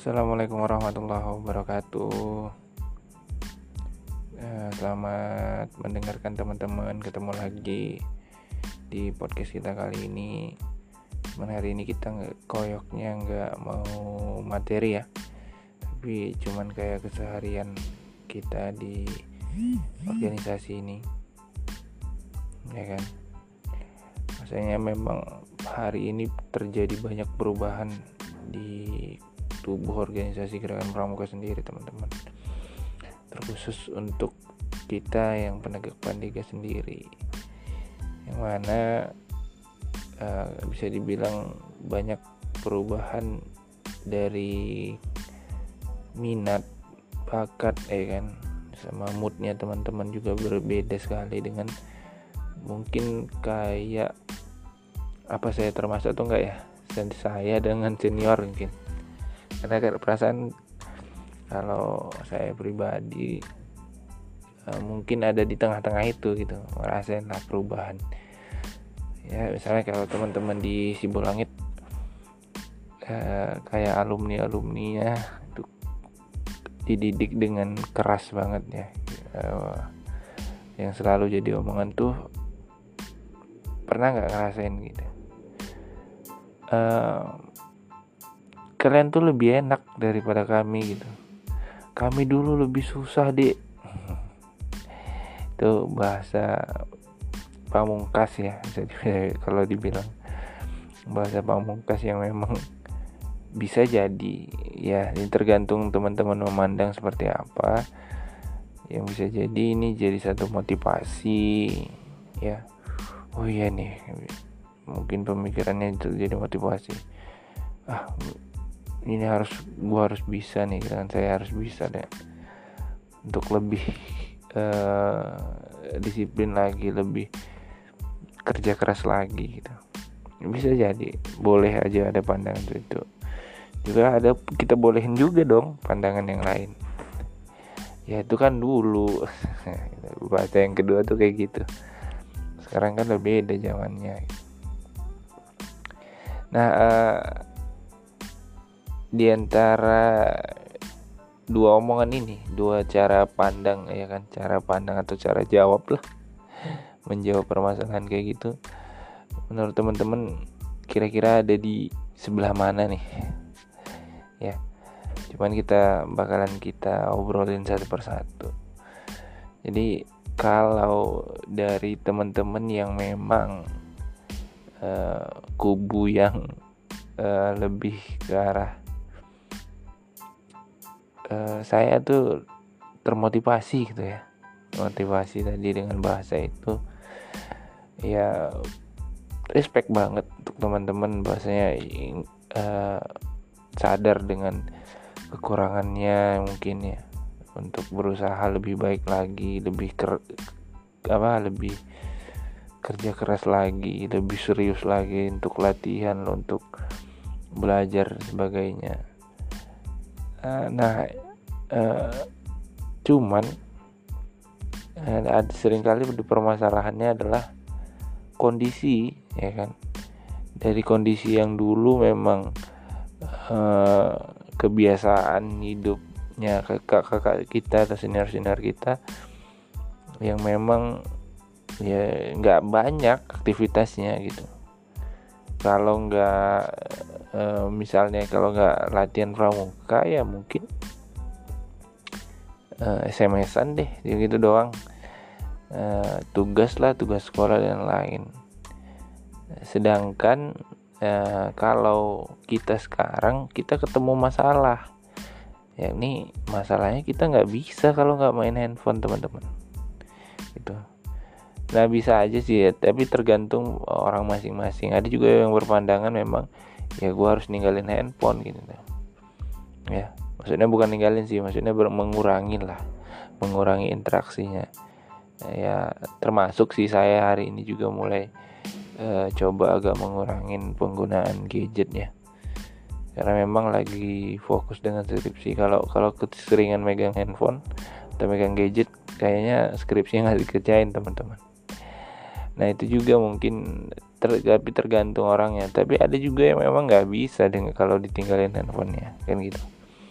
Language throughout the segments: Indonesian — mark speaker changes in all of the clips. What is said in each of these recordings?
Speaker 1: Assalamualaikum warahmatullahi wabarakatuh. Selamat mendengarkan teman-teman. Ketemu lagi di podcast kita kali ini. Hari ini kita koyoknya nggak mau materi ya, tapi cuman kayak keseharian kita di organisasi ini, ya kan? Rasanya memang hari ini terjadi banyak perubahan di tubuh organisasi Gerakan Pramuka sendiri, teman-teman. Terkhusus untuk kita yang penegak Pandega sendiri, yang mana bisa dibilang banyak perubahan dari minat, bakat, kan, sama moodnya teman-teman juga berbeda sekali dengan mungkin kayak apa saya termasuk atau enggak ya, saya dengan senior mungkin. Karena perasaan kalau saya pribadi mungkin ada di tengah-tengah itu gitu, ngerasain lah perubahan. Ya misalnya kalau teman-teman di Sibolangit kayak alumninya itu dididik dengan keras banget ya. Yang selalu jadi omongan tuh, pernah nggak ngerasain gitu? Kalian tuh lebih enak daripada kami gitu. Kami dulu lebih susah deh. Itu bahasa pamungkas ya, kalau dibilang bahasa pamungkas yang memang bisa jadi ya, ini tergantung teman-teman memandang seperti apa. Yang bisa jadi ini jadi satu motivasi ya. Oh iya nih, mungkin pemikirannya itu jadi motivasi. Ini gua harus bisa nih kan, saya harus bisa deh untuk lebih disiplin lagi, lebih kerja keras lagi gitu. Bisa jadi, boleh aja ada pandangan itu. Juga ada, kita bolehin juga dong pandangan yang lain. Ya itu kan dulu. Bahasa yang kedua tuh kayak gitu. Sekarang kan lebih beda zamannya. Nah, di antara dua omongan ini, dua cara pandang ya kan, cara pandang atau cara jawab lah, menjawab permasalahan kayak gitu, menurut teman-teman kira-kira ada di sebelah mana nih ya? Cuman bakalan kita obrolin satu persatu. Jadi kalau dari teman-teman yang memang kubu yang lebih ke arah saya tuh termotivasi gitu ya, motivasi tadi dengan bahasa itu ya, respect banget untuk teman-teman bahasanya, sadar dengan kekurangannya mungkin ya, untuk berusaha lebih baik lagi, lebih kerja keras lagi, lebih serius lagi untuk latihan, untuk belajar sebagainya. Cuman seringkali permasalahannya adalah kondisi ya kan. Dari kondisi yang dulu memang kebiasaan hidupnya kakak kita atau senior kita yang memang ya nggak banyak aktivitasnya gitu. Kalau nggak misalnya kalau nggak latihan pramuka ya mungkin SMS-an deh gitu doang, tugas sekolah dan lain. Sedangkan kalau kita sekarang kita ketemu masalah, yakni masalahnya kita nggak bisa kalau nggak main handphone, teman-teman gitu. Nah bisa aja sih ya, tapi tergantung orang masing-masing. Ada juga yang berpandangan memang ya gue harus ninggalin handphone gitu ya. Maksudnya bukan ninggalin sih, maksudnya mengurangi interaksinya ya. Termasuk sih saya hari ini juga mulai coba agak mengurangin penggunaan gadget ya, karena memang lagi fokus dengan skripsi. Kalau keseringan megang handphone atau megang gadget, kayaknya skripsinya nggak dikerjain, teman-teman. Nah itu juga mungkin tapi tergantung orangnya. Tapi ada juga yang memang nggak bisa kalau ditinggalin handphonenya kan gitu.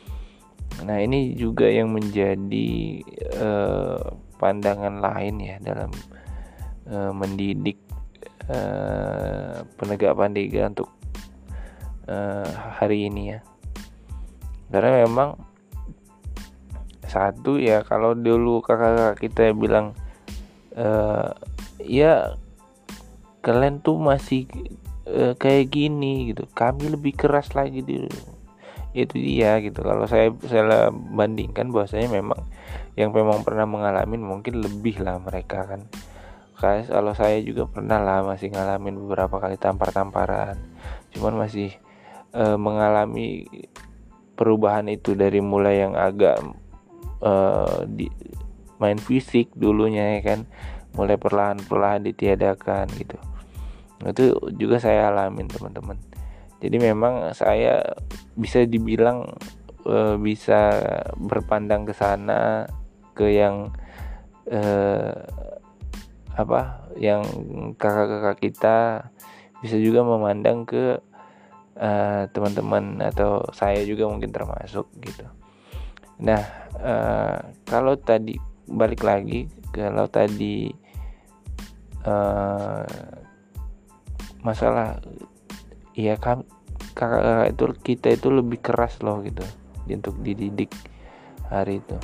Speaker 1: Nah, ini juga yang menjadi pandangan lain ya dalam mendidik penegak pandega untuk hari ini ya. Karena memang satu ya, kalau dulu kakak kita bilang ya kalian tuh masih kayak gini gitu, kami lebih keras lagi dulu. Itu dia gitu. Kalau saya bandingkan bahwasanya memang yang memang pernah mengalami mungkin lebih lah mereka kan. Kalau saya juga pernah lah, masih ngalamin beberapa kali tampar-tamparan, cuman masih mengalami perubahan itu dari mulai yang agak main fisik dulunya ya kan, mulai perlahan-perlahan ditiadakan gitu. Itu juga saya alamin teman-teman. Jadi memang saya bisa dibilang bisa berpandang ke sana, ke yang yang kakak-kakak kita, bisa juga memandang ke teman-teman atau saya juga mungkin termasuk gitu. Nah, kalau tadi balik lagi, kalau tadi masalah ya kakak itu kita itu lebih keras loh gitu untuk dididik hari itu.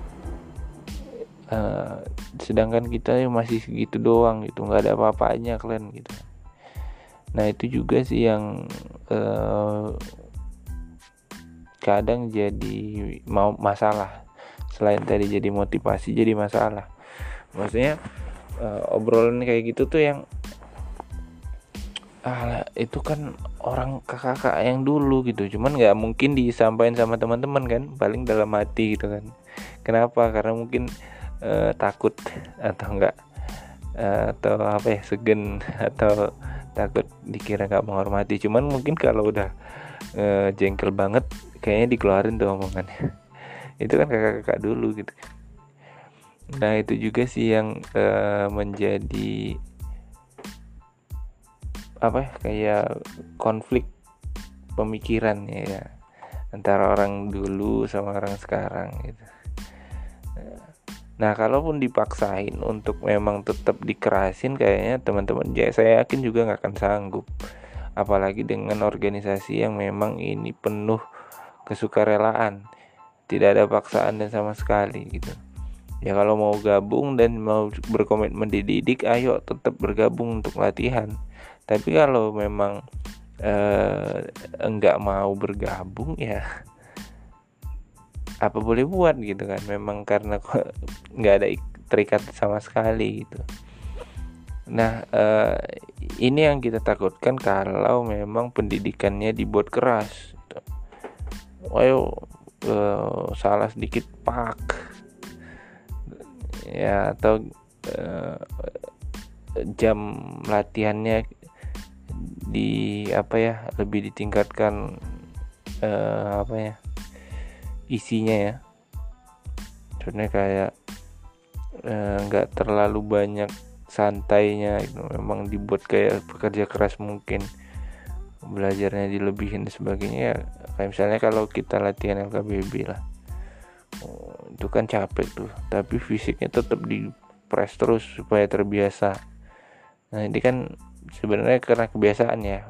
Speaker 1: Sedangkan kita masih segitu doang gitu, nggak ada apa-apanya kalian gitu. Nah, itu juga sih yang kadang jadi masalah. Selain tadi jadi motivasi, jadi masalah. Maksudnya obrolan kayak gitu tuh yang itu kan orang kakak yang dulu gitu, cuman nggak mungkin disampaikan sama teman-teman kan, paling dalam hati gitu kan. Kenapa? Karena mungkin takut atau enggak atau apa ya, segen atau takut dikira nggak menghormati. Cuman mungkin kalau udah jengkel banget kayaknya dikeluarin tuh omongannya. Itu kan kakak-kakak dulu gitu. Nah, itu juga sih yang menjadi kayak konflik pemikiran ya antara orang dulu sama orang sekarang gitu. Nah, kalaupun dipaksain untuk memang tetap dikerasin, kayaknya teman-teman saya yakin juga nggak akan sanggup. Apalagi dengan organisasi yang memang ini penuh kesukarelaan, tidak ada paksaan dan sama sekali gitu. Ya kalau mau gabung dan mau berkomitmen dididik, ayo tetap bergabung untuk latihan. Tapi kalau memang enggak mau bergabung, ya apa boleh buat gitu kan. Memang karena nggak ada terikat sama sekali gitu. Nah, ini yang kita takutkan kalau memang pendidikannya dibuat keras gitu. Ayo salah sedikit pak ya, atau jam latihannya lebih ditingkatkan isinya ya. Sebenarnya kayak nggak terlalu banyak santainya gitu. Memang dibuat kayak pekerja keras, mungkin belajarnya dilebihin dan sebagainya ya. Kayak misalnya kalau kita latihan LKBB lah, itu kan capek tuh, tapi fisiknya tetap di press terus supaya terbiasa. Nah, ini kan sebenarnya karena kebiasaan ya.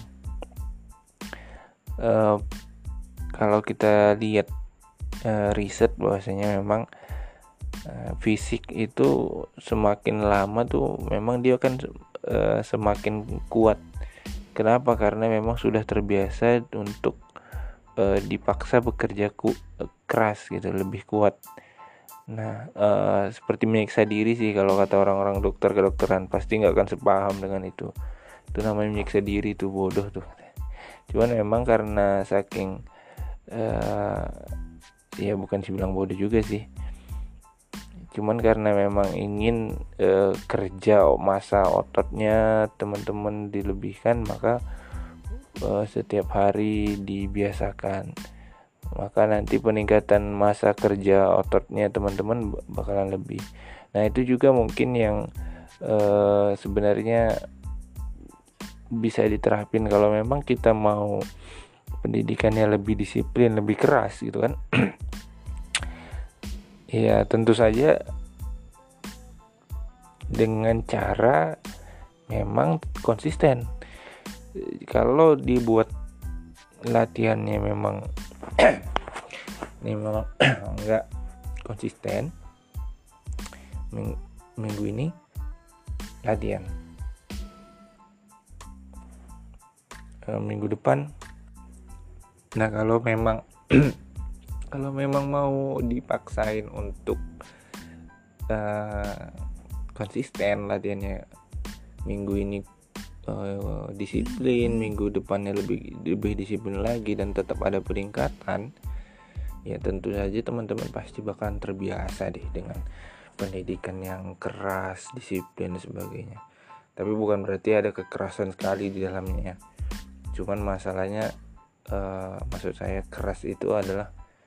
Speaker 1: Kalau kita lihat riset bahwasanya memang fisik itu semakin lama tuh memang dia kan semakin kuat. Kenapa? Karena memang sudah terbiasa untuk dipaksa bekerja keras gitu, lebih kuat. Nah, seperti menyiksa diri sih kalau kata orang-orang dokter kedokteran, pasti nggak akan sepaham dengan itu. Itu namanya menyiksa diri, tuh bodoh tuh. Cuman memang karena saking ya bukan sih bilang bodoh juga sih, cuman karena memang ingin kerja masa ototnya teman-teman dilebihkan, maka setiap hari dibiasakan, maka nanti peningkatan masa kerja ototnya teman-teman bakalan lebih. Nah, itu juga mungkin yang sebenarnya bisa diterapin kalau memang kita mau pendidikannya lebih disiplin, lebih keras gitu kan. Ya tentu saja dengan cara memang konsisten. Kalau dibuat latihannya memang memang enggak konsisten, minggu ini latihan, minggu depan. Nah kalau memang mau dipaksain untuk konsisten latihannya, minggu ini disiplin, minggu depannya lebih disiplin lagi dan tetap ada peningkatan, ya tentu saja teman-teman pasti bakalan terbiasa deh dengan pendidikan yang keras, disiplin dan sebagainya. Tapi bukan berarti ada kekerasan sekali di dalamnya. Cuman masalahnya maksud saya keras itu adalah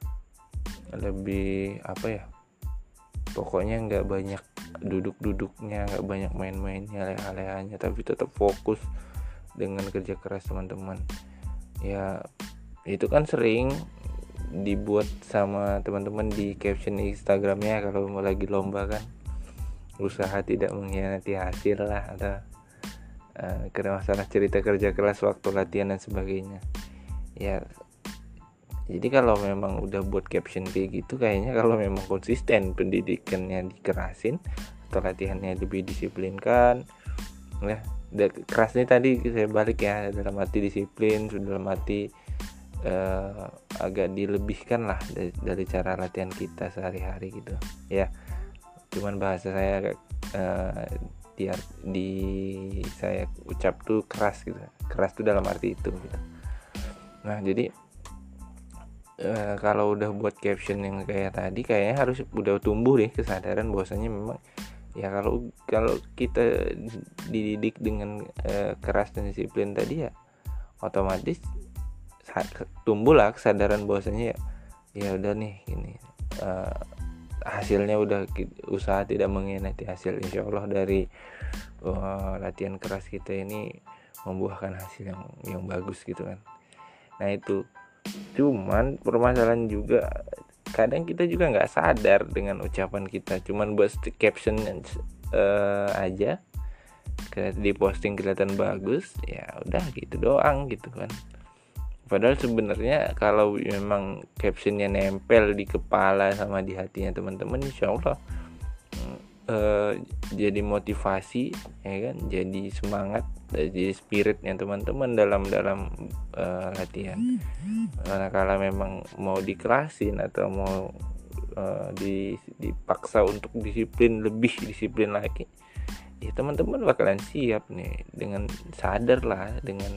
Speaker 1: lebih pokoknya nggak banyak duduk-duduknya, nggak banyak main-mainnya, leleh-lelehannya, tapi tetap fokus dengan kerja keras teman-teman. Ya itu kan sering dibuat sama teman-teman di caption Instagramnya kalau mau lagi lomba kan, usaha tidak mengkhianati hasil lah, atau karena masalah cerita kerja keras waktu latihan dan sebagainya. Ya jadi kalau memang udah buat caption kayak gitu, kayaknya kalau memang konsisten pendidikannya dikerasin atau latihannya lebih disiplinkan, ya kerasnya tadi saya balik ya, dalam arti disiplin, dalam arti agak dilebihkan lah dari cara latihan kita sehari-hari gitu ya. Cuman bahasa saya saya ucap tuh keras gitu, keras tuh dalam arti itu gitu. Nah jadi kalau udah buat caption yang kayak tadi, kayaknya harus udah tumbuh deh kesadaran bahwasanya memang ya kalau kita dididik dengan keras dan disiplin tadi, ya otomatis tumbuhlah kesadaran bahwasanya ya udah nih ini hasilnya udah usaha tidak mengkhianati hasil. Insya Allah dari latihan keras kita ini membuahkan hasil yang bagus gitu kan. Nah itu, cuman permasalahan juga kadang kita juga nggak sadar dengan ucapan kita, cuman buat caption aja, di posting kelihatan bagus, ya udah gitu doang gitu kan. Padahal sebenarnya kalau memang captionnya nempel di kepala sama di hatinya teman-teman, insya Allah jadi motivasi ya kan, jadi semangat, jadi spiritnya teman-teman dalam latihan. Karena kalau memang mau dikerasin atau mau dipaksa untuk lebih disiplin lagi, ya teman-teman bakalan siap nih, dengan sadar lah, dengan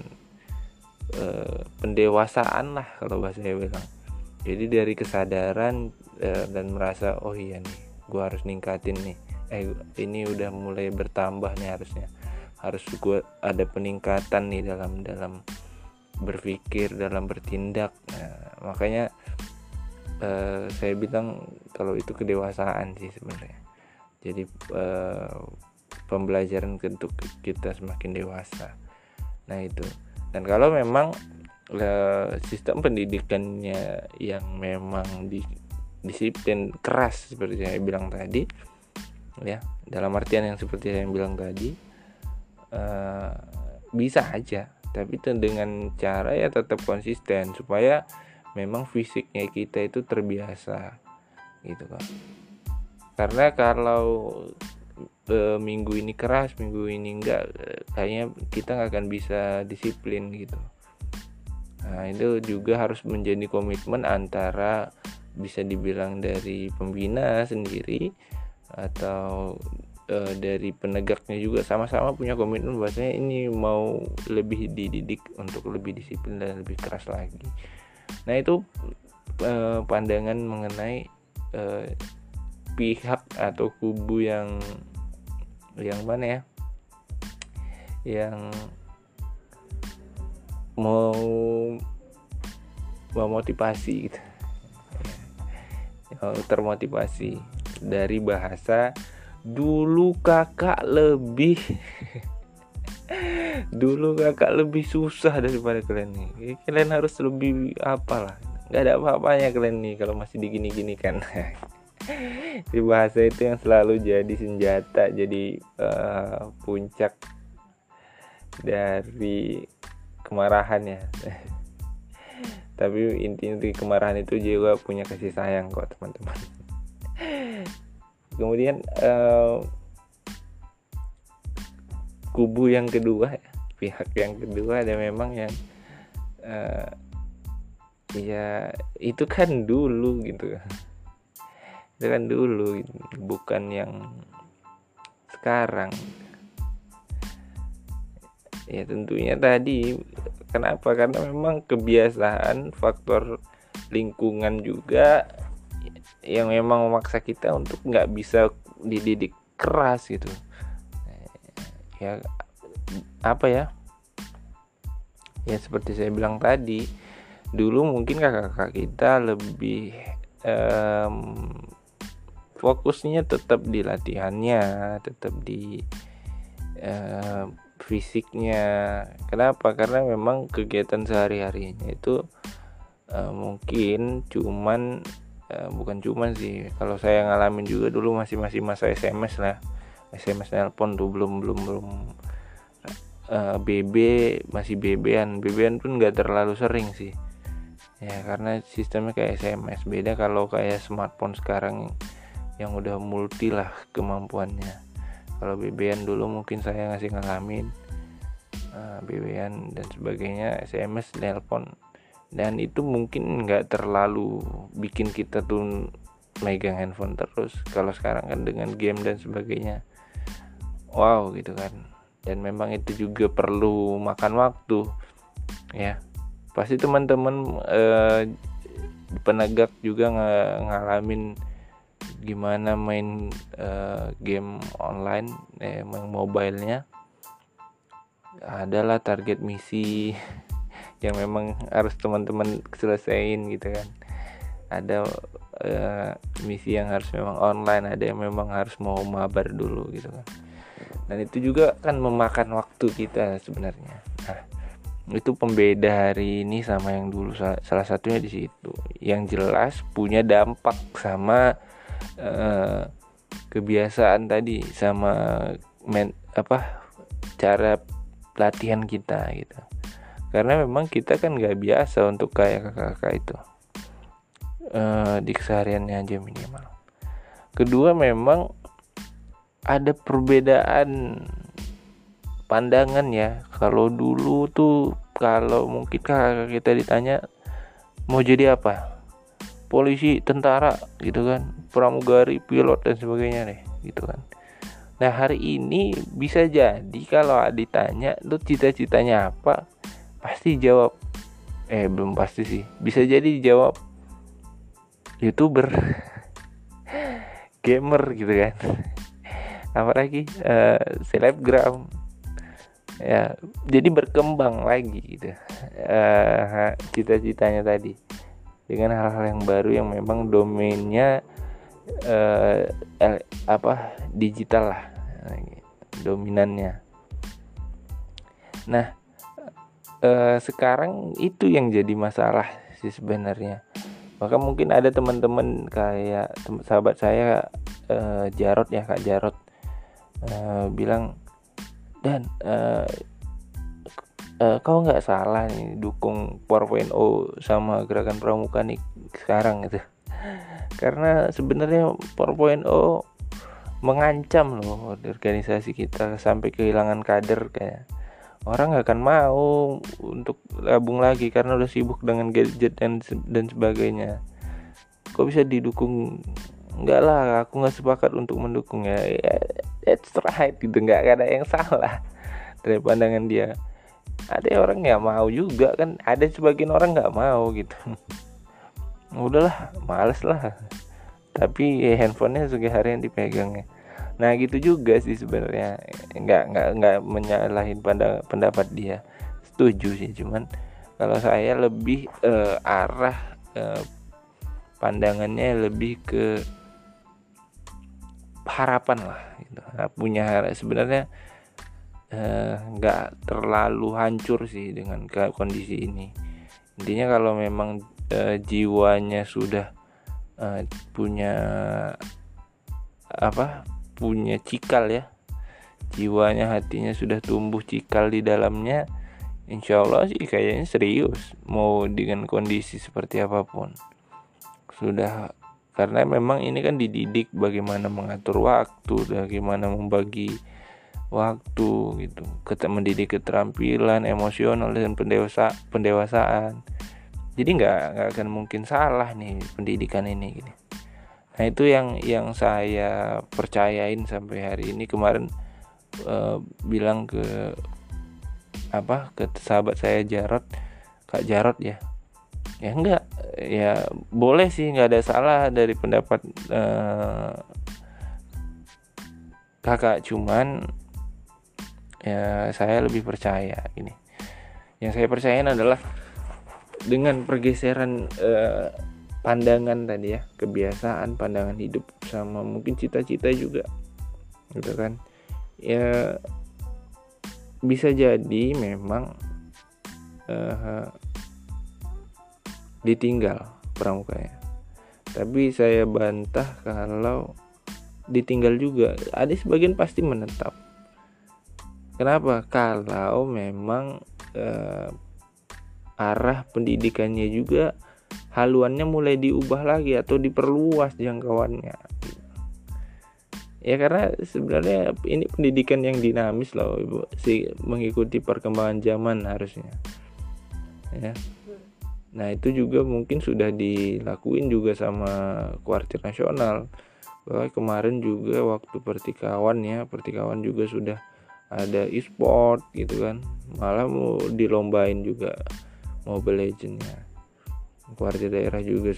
Speaker 1: pendewasaan lah kalau bahasa saya bilang. Jadi dari kesadaran dan merasa oh iya nih, gue harus ningkatin nih, ini udah mulai bertambah nih, harus gue ada peningkatan nih dalam berpikir, dalam bertindak. Nah, makanya saya bilang kalau itu kedewasaan sih sebenarnya. Jadi pembelajaran untuk kita semakin dewasa. Nah itu. Dan kalau memang sistem pendidikannya yang memang disiplin keras seperti saya bilang tadi, ya dalam artian yang seperti saya bilang tadi, bisa aja, tapi dengan cara ya tetap konsisten supaya memang fisiknya kita itu terbiasa gitu kan. Karena kalau minggu ini keras, minggu ini enggak, kayaknya kita nggak akan bisa disiplin gitu. Nah itu juga harus menjadi komitmen antara bisa dibilang dari pembina sendiri atau dari penegaknya juga, sama-sama punya komitmen bahwasanya ini mau lebih dididik untuk lebih disiplin dan lebih keras lagi. Nah itu pandangan mengenai pihak atau kubu yang mana ya, yang mau memotivasi gitu, termotivasi dari bahasa dulu kakak lebih Dulu kakak lebih susah daripada kalian nih. Kalian harus lebih apalah. Nggak ada apa-apanya kalian nih kalau masih digini-gini kan. Di bahasa itu yang selalu jadi senjata, jadi puncak dari kemarahan ya. Tapi inti-inti kemarahan itu juga punya kasih sayang kok teman-teman. Kemudian kubu yang kedua, pihak yang kedua ada memang yang ya itu kan dulu gitu. Itu kan dulu gitu. Bukan yang sekarang. Ya tentunya tadi kenapa? Karena memang kebiasaan, faktor lingkungan juga yang memang memaksa kita untuk nggak bisa dididik keras gitu. Ya apa ya? Ya seperti saya bilang tadi, dulu mungkin kakak-kakak kita lebih fokusnya tetap di latihannya, tetap di fisiknya. Kenapa? Karena memang kegiatan sehari-harinya itu mungkin bukan cuman sih, kalau saya ngalamin juga dulu masih masa SMS lah, SMS nelpon tuh belum BB, masih BB-an pun nggak terlalu sering sih ya, karena sistemnya kayak SMS. Beda kalau kayak smartphone sekarang yang udah multi lah kemampuannya. Kalau BB-an dulu mungkin saya ngasih ngalamin BB-an dan sebagainya, SMS, nelpon, dan itu mungkin nggak terlalu bikin kita tuh megang handphone terus. Kalau sekarang kan dengan game dan sebagainya, wow gitu kan. Dan memang itu juga perlu makan waktu ya. Pasti teman-teman penegak juga ngalamin gimana main game online, main mobilenya. Adalah target misi yang memang harus teman-teman selesaiin gitu kan. Ada misi yang harus memang online, ada yang memang harus mau mabar dulu gitu kan. Dan itu juga kan memakan waktu kita sebenarnya. Nah, itu pembeda hari ini sama yang dulu, salah satunya di situ. Yang jelas punya dampak sama kebiasaan tadi, sama cara latihan kita gitu. Karena memang kita kan nggak biasa untuk kayak kakak-kakak itu di kesehariannya aja minimal. Kedua, memang ada perbedaan pandangan ya. Kalau dulu tuh, kalau mungkin kakak kita ditanya mau jadi apa, polisi, tentara gitu kan, pramugari, pilot dan sebagainya deh gitu kan. Nah hari ini bisa jadi kalau ditanya lu cita-citanya apa, pasti jawab belum pasti sih, bisa jadi jawab YouTuber, gamer gitu kan, apalagi selebgram ya. Jadi berkembang lagi gitu cita-citanya tadi dengan hal-hal yang baru yang memang domainnya digital lah dominannya. Nah sekarang itu yang jadi masalah sih sebenarnya. Maka mungkin ada teman-teman kayak sahabat saya Jarot ya, Kak Jarot bilang, Dan kau nggak salah nih dukung 4.0 sama gerakan pramuka nih sekarang gitu. Karena sebenarnya 4.0 mengancam loh organisasi kita sampai kehilangan kader. Kayak orang nggak akan mau untuk gabung lagi karena udah sibuk dengan gadget dan sebagainya. Kok bisa didukung? Enggak lah, aku nggak sepakat untuk mendukung ya. That's right gitu, nggak ada yang salah dari pandangan dia. Ada orang nggak mau juga kan, ada sebagian orang nggak mau gitu. Udahlah, males lah. Tapi handphonenya sehari-harian dipegangnya. Nah gitu juga sih sebenarnya, nggak menyalahin pendapat dia, setuju sih. Cuman kalau saya lebih arah pandangannya lebih ke harapan lah gitu. Nah, sebenarnya nggak terlalu hancur sih dengan kondisi ini. Intinya kalau memang jiwanya sudah punya cikal ya, jiwanya, hatinya sudah tumbuh cikal di dalamnya, insya Allah sih kayaknya serius mau dengan kondisi seperti apapun sudah. Karena memang ini kan dididik bagaimana mengatur waktu, bagaimana membagi waktu gitu, mendidik keterampilan emosional dan pendewasaan. Jadi nggak akan mungkin salah nih pendidikan ini gitu. Nah itu yang saya percayain sampai hari ini. Kemarin bilang ke sahabat saya Kak Jarot ya enggak, ya boleh sih, nggak ada salah dari pendapat kakak, cuman ya saya lebih percaya ini. Yang saya percayain adalah dengan pergeseran pandangan tadi ya, kebiasaan, pandangan hidup, sama mungkin cita-cita juga gitu kan ya, bisa jadi memang ditinggal pramukanya. Tapi saya bantah kalau ditinggal juga, ada sebagian pasti menetap. Kenapa? Kalau memang arah pendidikannya juga, haluannya mulai diubah lagi atau diperluas jangkauannya. Ya karena sebenarnya ini pendidikan yang dinamis loh Ibu, mengikuti perkembangan zaman harusnya. Ya. Nah itu juga mungkin sudah dilakuin juga sama Kuartir Nasional. Bahwa kemarin juga waktu pertikawan juga sudah ada e-sport gitu kan, malah mau dilombain juga Mobile Legends-nya. Kuartir daerah juga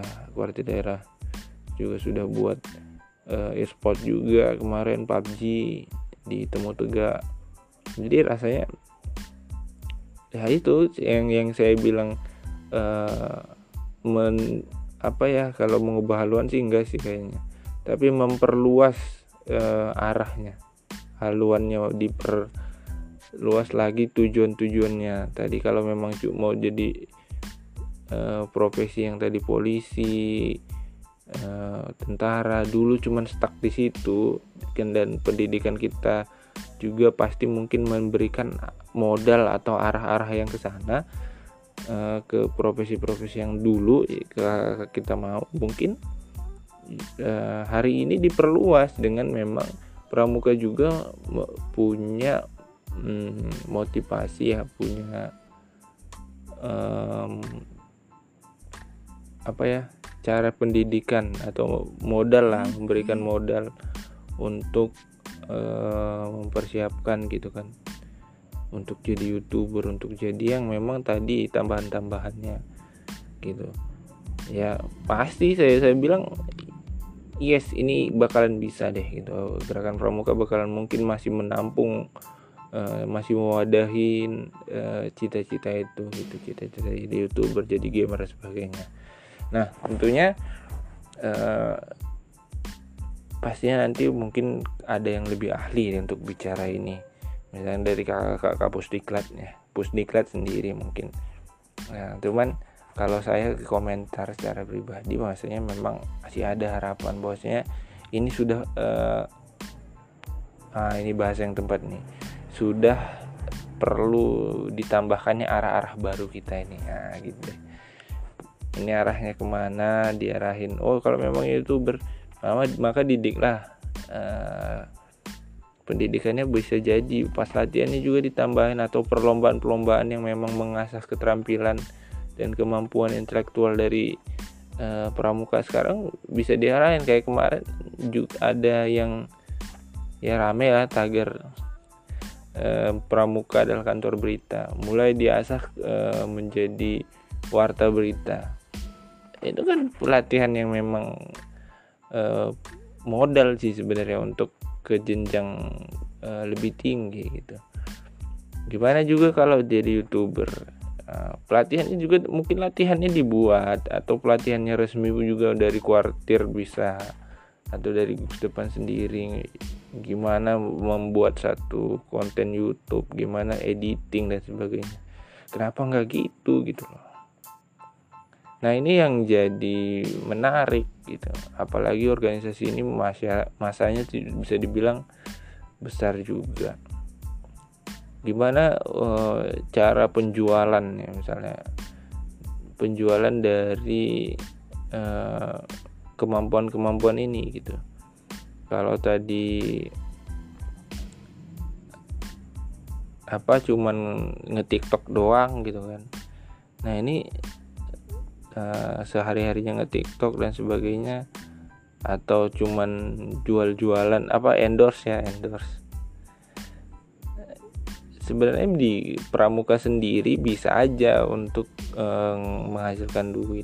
Speaker 1: sudah buat e-sport juga kemarin, PUBG di Temu Tegak. Jadi rasanya ya itu yang saya bilang, kalau mengubah haluan sih enggak sih kayaknya, tapi memperluas arahnya, haluannya diperluas lagi, tujuannya tadi. Kalau memang mau jadi profesi yang tadi polisi, tentara, dulu cuman stuck di situ, dan pendidikan kita juga pasti mungkin memberikan modal atau arah-arah yang ke sana, ke profesi-profesi yang dulu kita mau. Mungkin hari ini diperluas dengan memang pramuka juga punya motivasi ya, punya cara pendidikan atau modal lah, memberikan modal untuk mempersiapkan gitu kan, untuk jadi YouTuber, untuk jadi yang memang tadi tambahan-tambahannya gitu ya. Pasti saya bilang yes, ini bakalan bisa deh gitu, gerakan pramuka bakalan mungkin masih menampung, masih mewadahin cita-cita itu gitu, cita-cita jadi YouTuber, jadi gamer dan sebagainya. Nah tentunya pastinya nanti mungkin ada yang lebih ahli untuk bicara ini, misalnya dari kakak Pusdiklat sendiri mungkin. Nah cuman kalau saya komentar secara pribadi, bahwasanya memang masih ada harapan bahwasanya ini sudah ini bahasa yang tepat nih, sudah perlu ditambahkannya arah-arah baru kita ini. Nah gitu deh, ini arahnya kemana diarahin. Kalau memang YouTuber, maka didiklah pendidikannya, bisa jadi pas latihannya juga ditambahin, atau perlombaan-perlombaan yang memang mengasah keterampilan dan kemampuan intelektual dari pramuka sekarang bisa diarahin. Kayak kemarin juga ada yang ya rame lah, tagar pramuka adalah kantor berita, mulai diasah menjadi warta berita. Itu kan pelatihan yang memang modal sih sebenarnya untuk ke jenjang lebih tinggi gitu. Gimana juga kalau jadi YouTuber, pelatihannya juga mungkin latihannya dibuat, atau pelatihannya resmi juga dari Kuartir bisa, atau dari gugus depan sendiri gimana membuat satu konten YouTube, gimana editing dan sebagainya. Kenapa nggak gitu loh. Nah ini yang jadi menarik gitu, apalagi organisasi ini masanya bisa dibilang besar juga. Gimana cara penjualan ya, misalnya penjualan dari kemampuan ini gitu. Kalau tadi cuman nge-TikTok doang gitu kan. Nah ini sehari-harinya nge-TikTok dan sebagainya, atau cuman jual-jualan endorse. Sebenarnya di pramuka sendiri bisa aja untuk menghasilkan duit.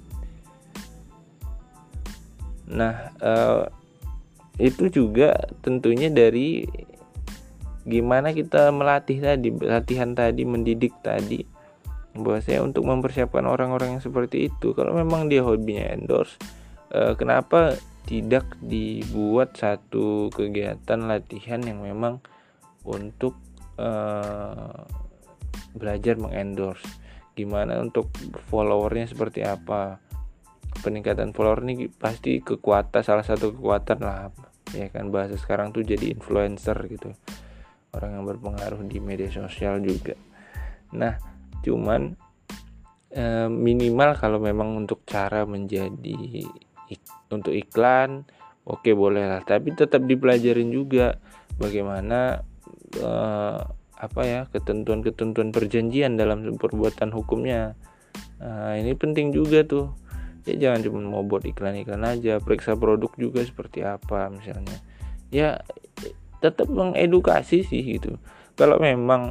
Speaker 1: Nah itu juga tentunya dari gimana kita latihan tadi, mendidik tadi, bahwasanya untuk mempersiapkan orang-orang yang seperti itu. Kalau memang dia hobinya endorse, kenapa tidak dibuat satu kegiatan latihan yang memang untuk belajar mengendorse, gimana untuk followernya seperti apa. Peningkatan follower ini pasti salah satu kekuatan lah ya kan, bahasa sekarang tuh jadi influencer gitu, orang yang berpengaruh di media sosial juga. Nah cuman minimal kalau memang untuk cara menjadi untuk iklan, oke boleh lah, tapi tetap dipelajarin juga bagaimana ketentuan perjanjian dalam perbuatan hukumnya. Ini penting juga tuh ya, jangan cuma mau buat iklan-iklan aja, periksa produk juga seperti apa misalnya ya, tetap mengedukasi sih gitu. Kalau memang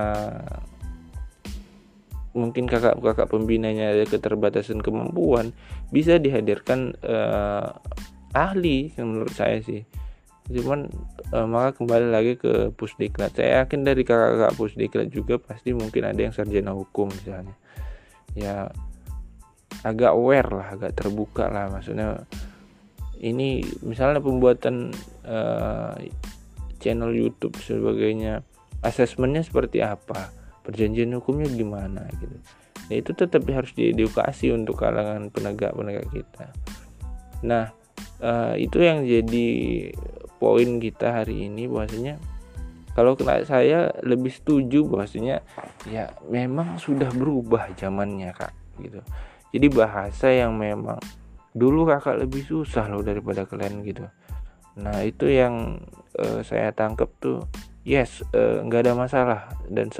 Speaker 1: mungkin kakak pembinanya ada keterbatasan kemampuan, bisa dihadirkan ahli menurut saya sih. Cuman maka kembali lagi ke Pusdiklat, saya yakin dari kakak Pusdiklat juga pasti mungkin ada yang sarjana hukum misalnya ya, agak aware lah, agak terbuka lah. Maksudnya ini misalnya pembuatan channel YouTube sebagainya, asesmennya seperti apa, perjanjian hukumnya gimana gitu. Nah itu tetap harus diedukasi untuk kalangan penegak kita. Nah itu yang jadi poin kita hari ini, bahwasanya kalau saya lebih setuju bahwasanya ya memang sudah berubah zamannya kak gitu. Jadi bahasa yang memang dulu kakak lebih susah loh daripada kalian gitu. Nah itu yang saya tangkap tuh, nggak ada masalah, dan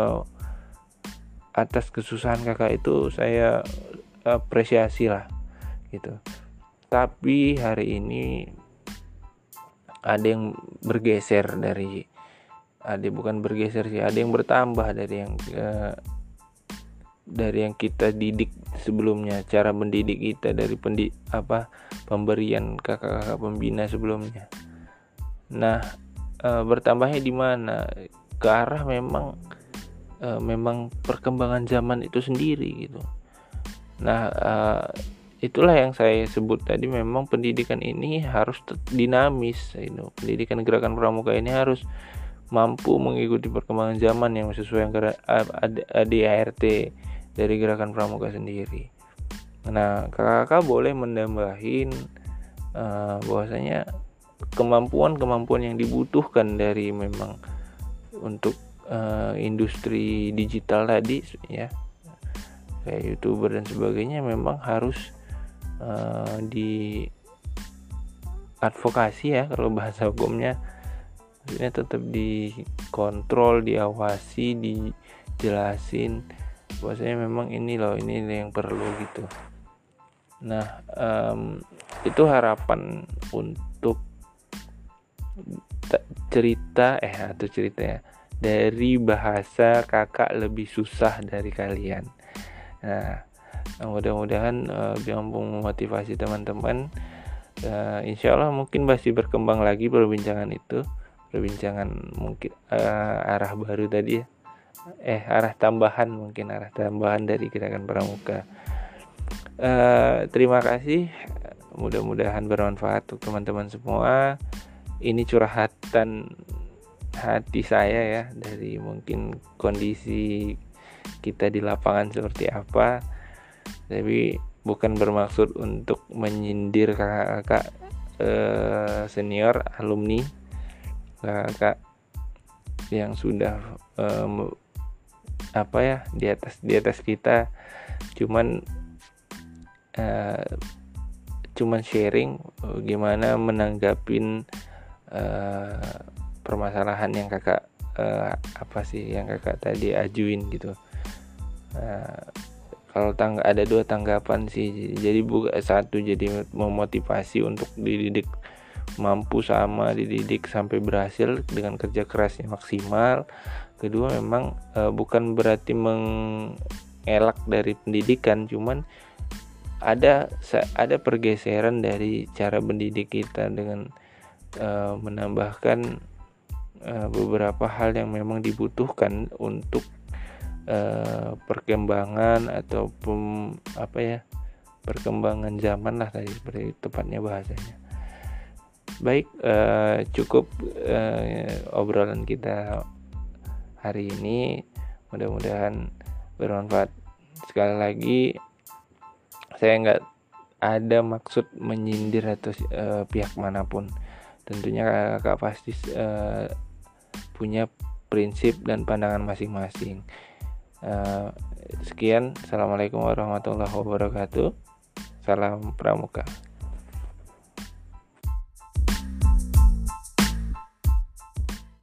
Speaker 1: atas kesusahan kakak itu saya apresiasi lah gitu. Tapi hari ini ada yang bergeser ada yang bertambah dari yang kita didik sebelumnya, cara mendidik kita dari pemberian kakak-kakak pembina sebelumnya. Nah bertambahnya di mana? Ke arah memang perkembangan zaman itu sendiri gitu. Nah itulah yang saya sebut tadi, memang pendidikan ini harus dinamis gitu. Pendidikan gerakan pramuka ini harus mampu mengikuti perkembangan zaman yang sesuai dengan ADART dari gerakan pramuka sendiri. Nah kakak boleh menambahin bahwasanya kemampuan yang dibutuhkan dari memang untuk industri digital tadi ya, kayak YouTuber dan sebagainya, memang harus di advokasi ya kalau bahasa hukumnya, maksudnya tetap dikontrol, diawasi, dijelasin bahwasanya memang ini yang perlu gitu. Nah itu harapan untuk cerita ya, dari bahasa kakak lebih susah dari kalian. Nah mudah-mudahan bisa memotivasi teman-teman. Insya Allah mungkin masih berkembang lagi perbincangan mungkin arah baru tadi ya, arah tambahan dari gerakan pramuka. Terima kasih, mudah-mudahan bermanfaat untuk teman-teman semua. ini curhatan hati saya ya, dari mungkin kondisi kita di lapangan seperti apa. Tapi bukan bermaksud untuk menyindir kakak-kakak senior alumni, kakak yang sudah di atas kita. Cuman sharing gimana menanggapin permasalahan yang kakak yang kakak tadi ajuin gitu. Kalau ada 2 tanggapan sih. Jadi satu, jadi memotivasi untuk dididik mampu sama dididik sampai berhasil dengan kerja kerasnya maksimal. Kedua, memang bukan berarti mengelak dari pendidikan, cuman ada pergeseran dari cara mendidik kita dengan menambahkan beberapa hal yang memang dibutuhkan untuk perkembangan ataupun perkembangan zaman lah tadi, seperti tepatnya bahasanya. Baik, cukup obrolan kita hari ini, mudah-mudahan bermanfaat. Sekali lagi, saya nggak ada maksud menyindir atau pihak manapun. Tentunya kakak pasti punya prinsip dan pandangan masing-masing. Sekian, assalamualaikum warahmatullahi wabarakatuh. Salam pramuka.